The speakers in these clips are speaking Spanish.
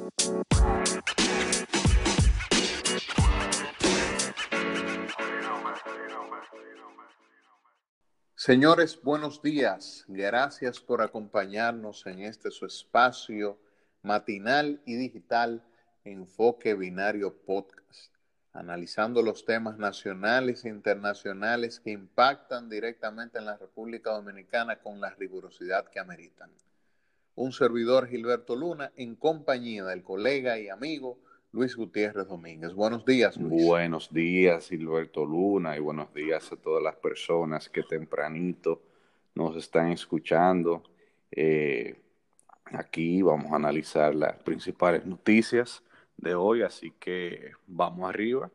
Señores, buenos días. Gracias por acompañarnos en este su espacio matinal y digital Enfoque Binario Podcast, analizando los temas nacionales e internacionales que impactan directamente en la República Dominicana con la rigurosidad que ameritan. Un servidor, Gilberto Luna, en compañía del colega y amigo Luis Gutiérrez Domínguez. Buenos días, Luis. Buenos días, Gilberto Luna, y buenos días a todas las personas que tempranito nos están escuchando. Eh, Aquí vamos a analizar las principales noticias de hoy, así que vamos arriba.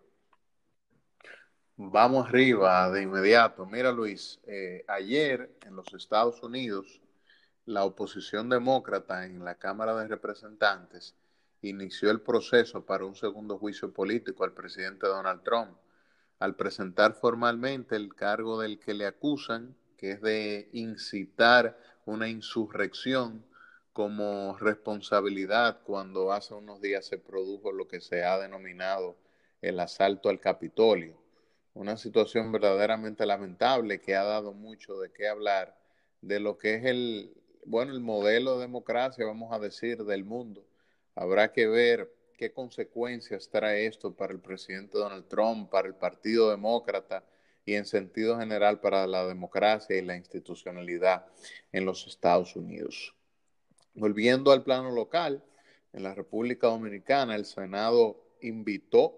Vamos arriba de inmediato. Mira, Luis, ayer en los Estados Unidos, la oposición demócrata en la Cámara de Representantes inició el proceso para un segundo juicio político al presidente Donald Trump, al presentar formalmente el cargo del que le acusan, que es de incitar una insurrección como responsabilidad cuando hace unos días se produjo lo que se ha denominado el asalto al Capitolio. Una situación verdaderamente lamentable que ha dado mucho de qué hablar de lo que es el modelo de democracia, vamos a decir, del mundo. Habrá que ver qué consecuencias trae esto para el presidente Donald Trump, para el Partido Demócrata y en sentido general para la democracia y la institucionalidad en los Estados Unidos. Volviendo al plano local, en la República Dominicana, el Senado invitó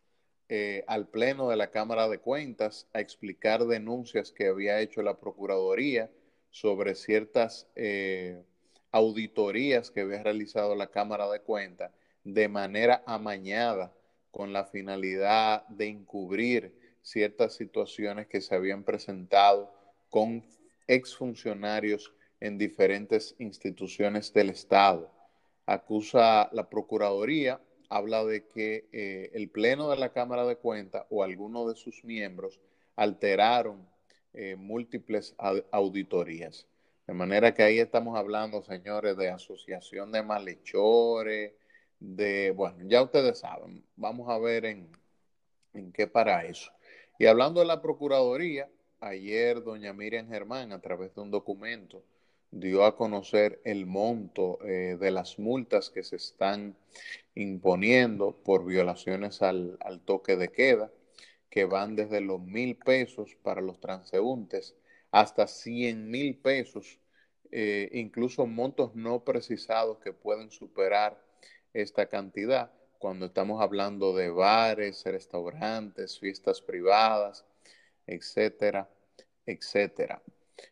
al Pleno de la Cámara de Cuentas a explicar denuncias que había hecho la Procuraduría sobre ciertas auditorías que había realizado la Cámara de Cuentas de manera amañada con la finalidad de encubrir ciertas situaciones que se habían presentado con exfuncionarios en diferentes instituciones del Estado. Acusa la Procuraduría, habla de que el Pleno de la Cámara de Cuentas o algunos de sus miembros alteraron múltiples auditorías. De manera que ahí estamos hablando, señores, de asociación de malhechores, bueno, ya ustedes saben, vamos a ver en qué para eso. Y hablando de la Procuraduría, ayer doña Miriam Germán, a través de un documento, dio a conocer el monto de las multas que se están imponiendo por violaciones al toque de queda, que van desde los 1,000 pesos para los transeúntes hasta 100,000 pesos, incluso montos no precisados que pueden superar esta cantidad cuando estamos hablando de bares, restaurantes, fiestas privadas, etcétera, etcétera.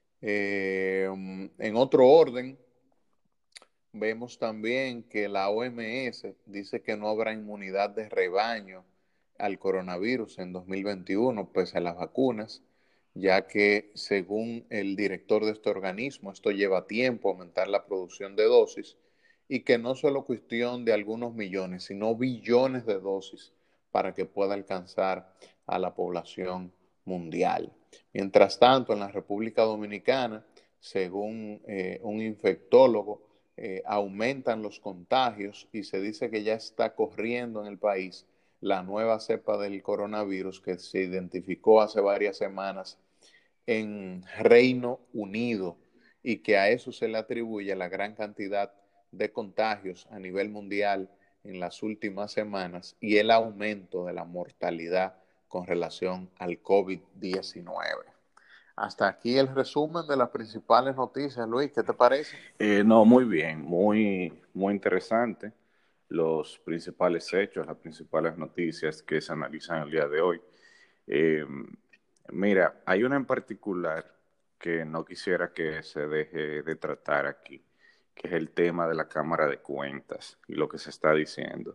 En otro orden, vemos también que la OMS dice que no habrá inmunidad de rebaño al coronavirus en 2021, pese a las vacunas, ya que según el director de este organismo, esto lleva tiempo aumentar la producción de dosis y que no solo cuestión de algunos millones, sino billones de dosis para que pueda alcanzar a la población mundial. Mientras tanto, en la República Dominicana, según un infectólogo, aumentan los contagios y se dice que ya está corriendo en el país la nueva cepa del coronavirus que se identificó hace varias semanas en Reino Unido y que a eso se le atribuye la gran cantidad de contagios a nivel mundial en las últimas semanas y el aumento de la mortalidad con relación al COVID-19. Hasta aquí el resumen de las principales noticias, Luis, ¿qué te parece? No, muy bien, muy interesante los principales hechos, las principales noticias que se analizan el día de hoy. Eh, Mira, hay una en particular que no quisiera que se deje de tratar aquí, que es el tema de la Cámara de Cuentas y lo que se está diciendo.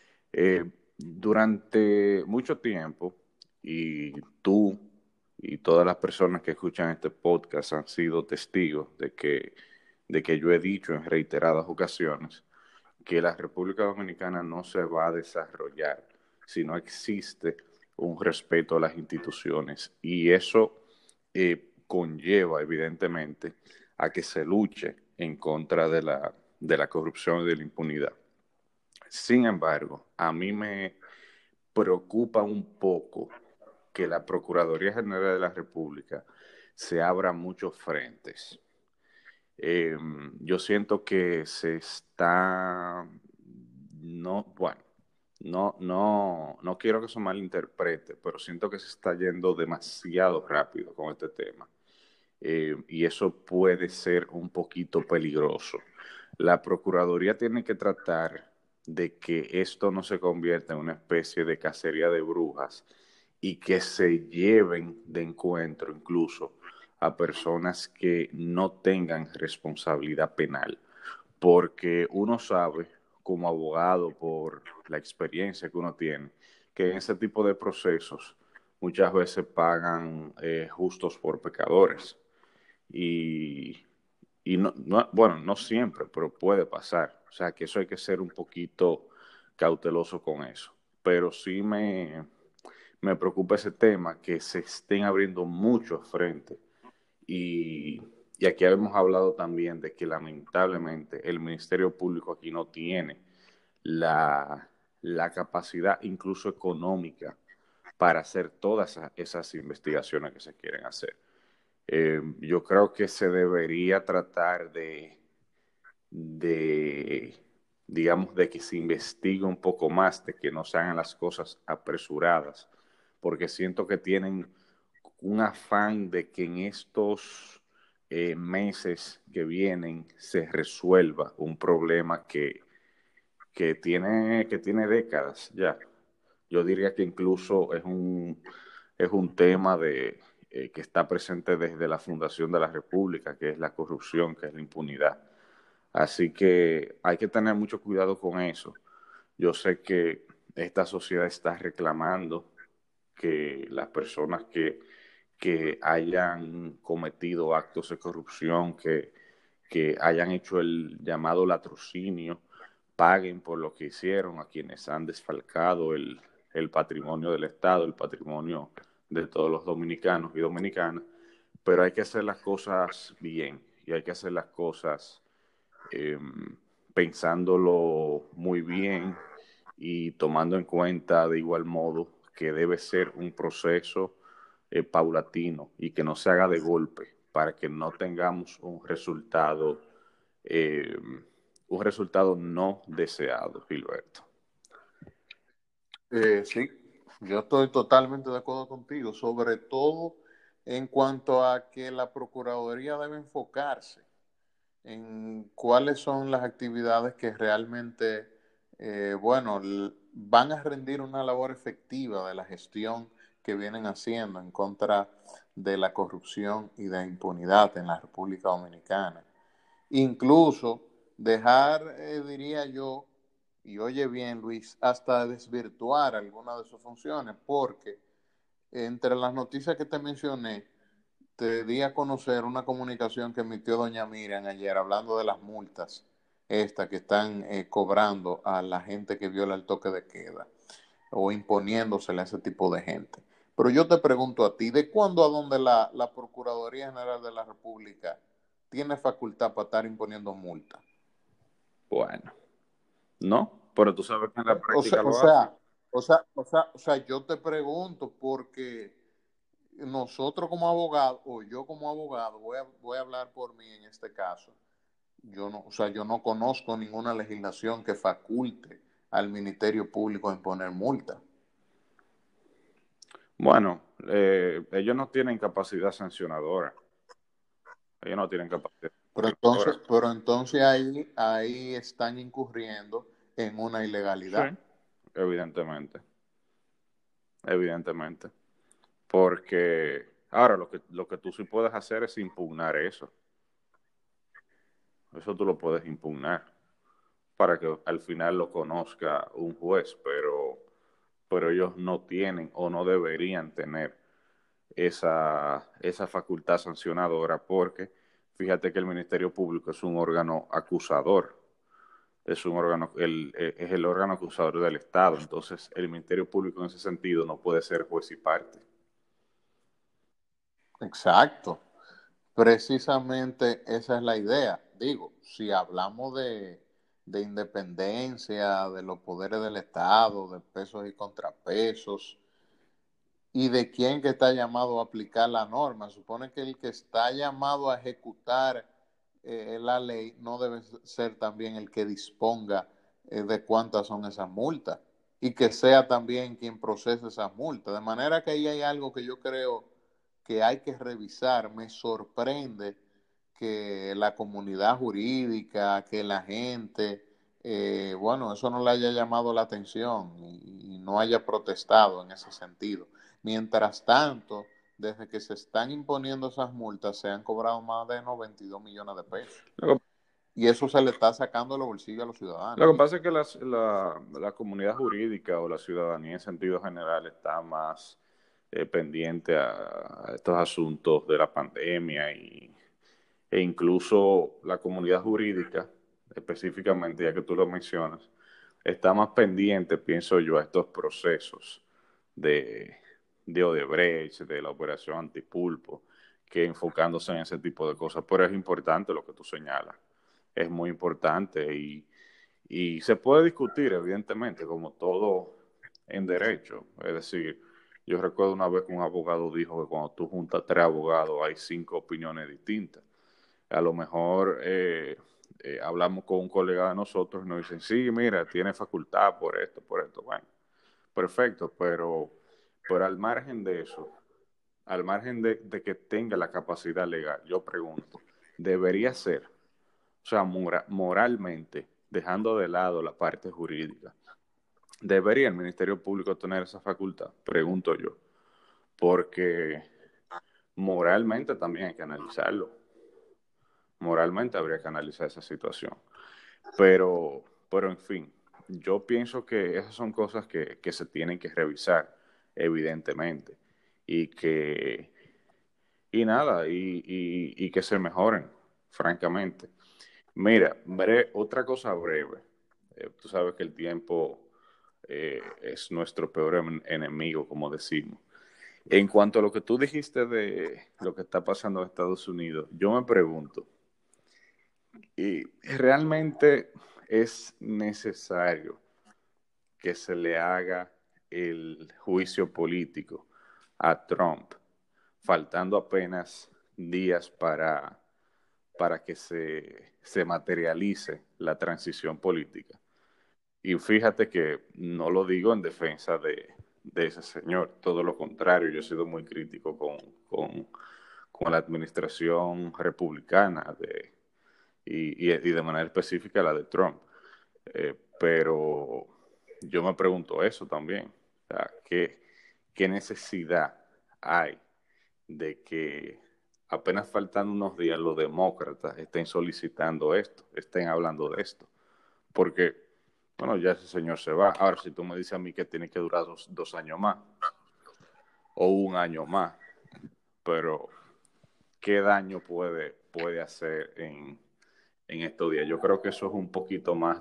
Durante mucho tiempo, y tú y todas las personas que escuchan este podcast han sido testigos de que yo he dicho en reiteradas ocasiones que la República Dominicana no se va a desarrollar si no existe un respeto a las instituciones. Y eso conlleva, evidentemente, a que se luche en contra de la corrupción y de la impunidad. Sin embargo, a mí me preocupa un poco que la Procuraduría General de la República se abra muchos frentes. Eh, yo siento que se está, no, bueno, no quiero que se malinterprete, pero siento que se está yendo demasiado rápido con este tema. Y eso puede ser un poquito peligroso. La Procuraduría tiene que tratar de que esto no se convierta en una especie de cacería de brujas y que se lleven de encuentro incluso a personas que no tengan responsabilidad penal, porque uno sabe como abogado por la experiencia que uno tiene que en ese tipo de procesos muchas veces pagan justos por pecadores y, y bueno, no siempre, pero puede pasar. O sea, que eso hay que ser un poquito cauteloso con eso. Pero sí me preocupa ese tema, que se estén abriendo muchos frentes. Y, y aquí hemos hablado también de que lamentablemente el Ministerio Público aquí no tiene la capacidad incluso económica para hacer todas esas investigaciones que se quieren hacer. Yo creo que se debería tratar de, digamos, de que se investigue un poco más, de que no se hagan las cosas apresuradas, porque siento que tienen un afán de que en estos meses que vienen se resuelva un problema que tiene décadas ya. Yo diría que incluso es un tema que está presente desde la fundación de la República, que es la corrupción, que es la impunidad. Así que hay que tener mucho cuidado con eso. Yo sé que esta sociedad está reclamando que las personas que hayan cometido actos de corrupción, que hayan hecho el llamado latrocinio, paguen por lo que hicieron a quienes han desfalcado el patrimonio del Estado, el patrimonio de todos los dominicanos y dominicanas, pero hay que hacer las cosas bien y hay que hacer las cosas eh, pensándolo muy bien y tomando en cuenta de igual modo que debe ser un proceso paulatino y que no se haga de golpe para que no tengamos eh, un resultado no deseado, Gilberto. Sí, yo estoy totalmente de acuerdo contigo, sobre todo en cuanto a que la Procuraduría debe enfocarse en cuáles son las actividades que realmente, bueno, van a rendir una labor efectiva de la gestión que vienen haciendo en contra de la corrupción y de la impunidad en la República Dominicana. Incluso dejar, diría yo, y oye bien Luis, hasta desvirtuar algunas de sus funciones, porque entre las noticias que te mencioné, te di a conocer una comunicación que emitió doña Miriam ayer hablando de las multas estas que están cobrando a la gente que viola el toque de queda o imponiéndosele a ese tipo de gente. Pero yo te pregunto a ti, ¿de cuándo a dónde la Procuraduría General de la República tiene facultad para estar imponiendo multas? Bueno, no, pero tú sabes que en la O sea, práctica o lo hacen. sea, o sea, yo te pregunto porque nosotros como abogados, o yo como abogado, voy a hablar por mí en este caso. Yo no, o sea, yo no conozco ninguna legislación que faculte al Ministerio Público a imponer multa. Bueno, ellos no tienen capacidad sancionadora. Ellos no tienen capacidad sancionadora. Pero entonces ahí están incurriendo en una Sí, ilegalidad. evidentemente, evidentemente. Porque ahora lo que tú sí puedes hacer es impugnar eso. Eso tú lo puedes impugnar para que al final lo conozca un juez, pero ellos no tienen o no deberían tener esa facultad sancionadora porque fíjate que el Ministerio Público es un órgano acusador, es un órgano, es el órgano acusador del Estado, entonces el Ministerio Público en ese sentido no puede ser juez y parte. Exacto. Precisamente esa es la idea. Digo, si hablamos de independencia de los poderes del Estado, de pesos y contrapesos, y de quién que está llamado a aplicar la norma. Supone que el que está llamado a ejecutar la ley no debe ser también el que disponga de cuántas son esas multas y que sea también quien procese esas multas. De manera que ahí hay algo que yo creo que hay que revisar. Me sorprende que la comunidad jurídica, que la gente, bueno, eso no le haya llamado la atención y no haya protestado en ese sentido. Mientras tanto, desde que se están imponiendo esas multas, se han cobrado más de 92 millones de pesos. Lo que, Y eso se le está sacando de los bolsillos a los ciudadanos. lo que pasa es que la comunidad jurídica o la ciudadanía en sentido general está más pendiente a estos asuntos de la pandemia e incluso la comunidad jurídica, específicamente, ya que tú lo mencionas, está más pendiente, pienso yo, a estos procesos de, de Odebrecht, de la operación Antipulpo, que enfocándose en ese tipo de cosas. Pero es importante lo que tú señalas, es muy importante y se puede discutir, evidentemente, como todo en derecho. Es decir, yo recuerdo una vez que un abogado dijo que cuando tú juntas tres abogados hay cinco opiniones distintas. A lo mejor hablamos con un colega de nosotros y nos dicen, sí, mira, tiene facultad por esto, por esto. Bueno, perfecto, pero al margen de eso, al margen de que tenga la capacidad legal, yo pregunto, ¿debería ser, o sea, moralmente, dejando de lado la parte jurídica, debería el Ministerio Público tener esa facultad? Pregunto yo, porque moralmente también hay que analizarlo. Moralmente habría que analizar esa situación. Pero en fin, yo pienso que esas son cosas que se tienen que revisar, evidentemente, y que, y nada, y que se mejoren, francamente. Mira, otra cosa breve. Tú sabes que el tiempo es nuestro peor enemigo, como decimos. En cuanto a lo que tú dijiste de lo que está pasando en Estados Unidos, yo me pregunto, ¿y realmente es necesario que se le haga el juicio político a Trump, faltando apenas días para que se materialice la transición política? Y fíjate que no lo digo en defensa de ese señor, todo lo contrario, yo he sido muy crítico con la administración republicana y de manera específica la de Trump. Pero yo me pregunto eso también. O sea, ¿qué necesidad hay de que apenas faltan unos días los demócratas estén solicitando esto, estén hablando de esto? Porque, bueno, ya ese señor se va. Ahora, si tú me dices a mí que tiene que durar dos años más o un año más, pero ¿qué daño puede hacer en estos días? Yo creo que eso es un poquito más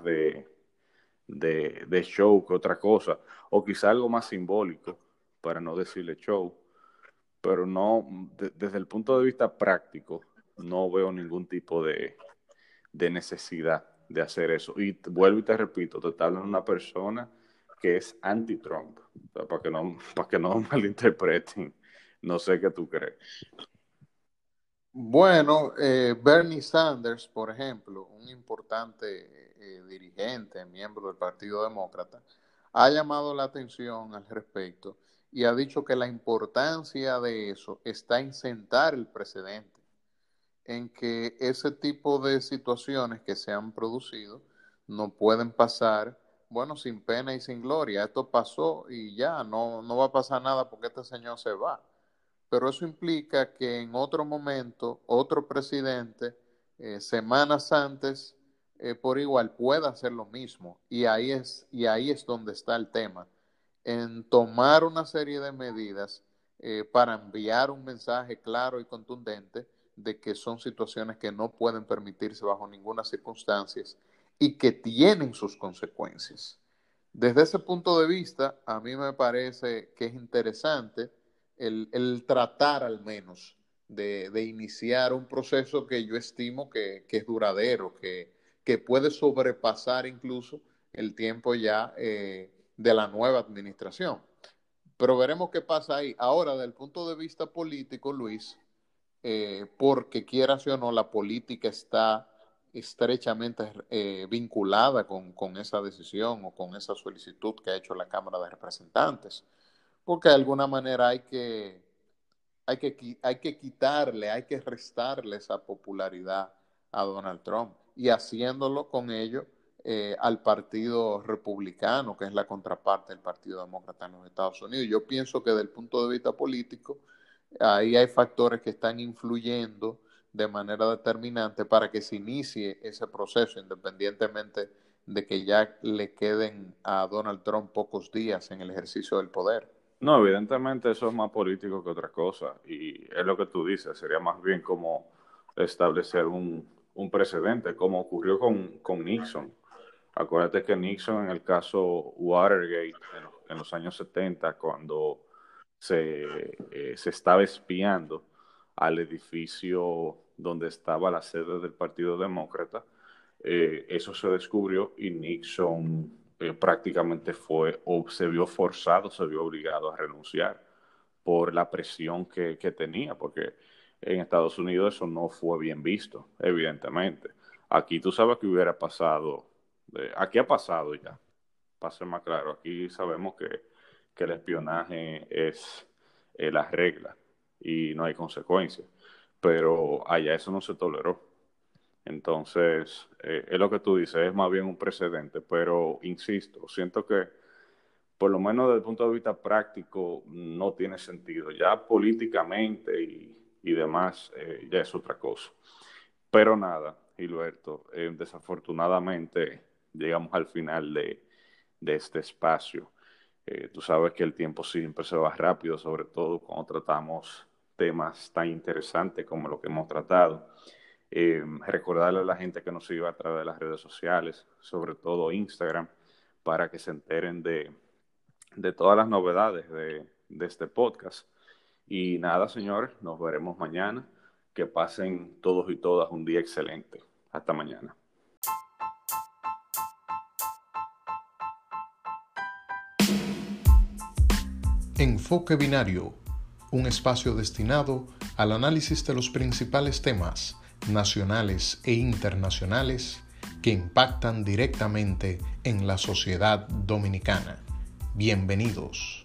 de show que otra cosa, o quizá algo más simbólico, para no decirle show, pero no, desde el punto de vista práctico, no veo ningún tipo de necesidad de hacer eso. Y vuelvo y te repito, te está hablando una persona que es anti-Trump, o sea, para que no malinterpreten, no sé qué tú crees. Bueno, Bernie Sanders, por ejemplo, un importante dirigente, miembro del Partido Demócrata, ha llamado la atención al respecto y ha dicho que la importancia de eso está en sentar el precedente, en que ese tipo de situaciones que se han producido no pueden pasar, bueno, sin pena y sin gloria. Esto pasó y ya, no va a pasar nada porque este señor se va, pero eso implica que en otro momento, otro presidente, semanas antes, por igual pueda hacer lo mismo. Y ahí es donde está el tema, en tomar una serie de medidas para enviar un mensaje claro y contundente de que son situaciones que no pueden permitirse bajo ninguna circunstancia y que tienen sus consecuencias. Desde ese punto de vista, a mí me parece que es interesante el tratar al menos de iniciar un proceso que yo estimo que es duradero, que puede sobrepasar incluso el tiempo ya de la nueva administración. Pero veremos qué pasa ahí. Ahora, desde el punto de vista político, Luis, porque quieras o no, la política está estrechamente vinculada con esa decisión o con esa solicitud que ha hecho la Cámara de Representantes, porque de alguna manera hay que quitarle, hay que restarle esa popularidad a Donald Trump y haciéndolo con ello al Partido Republicano, que es la contraparte del Partido Demócrata en los Estados Unidos. Yo pienso que desde el punto de vista político, ahí hay factores que están influyendo de manera determinante para que se inicie ese proceso, independientemente de que ya le queden a Donald Trump pocos días en el ejercicio del poder. No, evidentemente eso es más político que otra cosa, y es lo que tú dices, sería más bien como establecer un precedente, como ocurrió con Nixon. Acuérdate que Nixon en el caso Watergate, en los años 70, cuando se estaba espiando al edificio donde estaba la sede del Partido Demócrata, eso se descubrió y Nixon prácticamente fue, o se vio forzado, se vio obligado a renunciar por la presión que tenía, porque en Estados Unidos eso no fue bien visto, evidentemente. Aquí tú sabes que hubiera pasado, aquí ha pasado ya, para ser más claro, aquí sabemos que el espionaje es la regla y no hay consecuencias, pero allá eso no se toleró. Entonces, es lo que tú dices, es más bien un precedente, pero insisto, siento que por lo menos desde el punto de vista práctico no tiene sentido. Ya políticamente y demás, ya es otra cosa. Pero nada, Gilberto, desafortunadamente llegamos al final de este espacio. Tú sabes que el tiempo siempre se va rápido, sobre todo cuando tratamos temas tan interesantes como lo que hemos tratado. Recordarle a la gente que nos siga a través de las redes sociales, sobre todo Instagram, para que se enteren de todas las novedades de este podcast. Y nada, señores, nos veremos mañana. Que pasen todos y todas un día excelente. Hasta mañana. Enfoque Binario, un espacio destinado al análisis de los principales temas nacionales e internacionales que impactan directamente en la sociedad dominicana. Bienvenidos.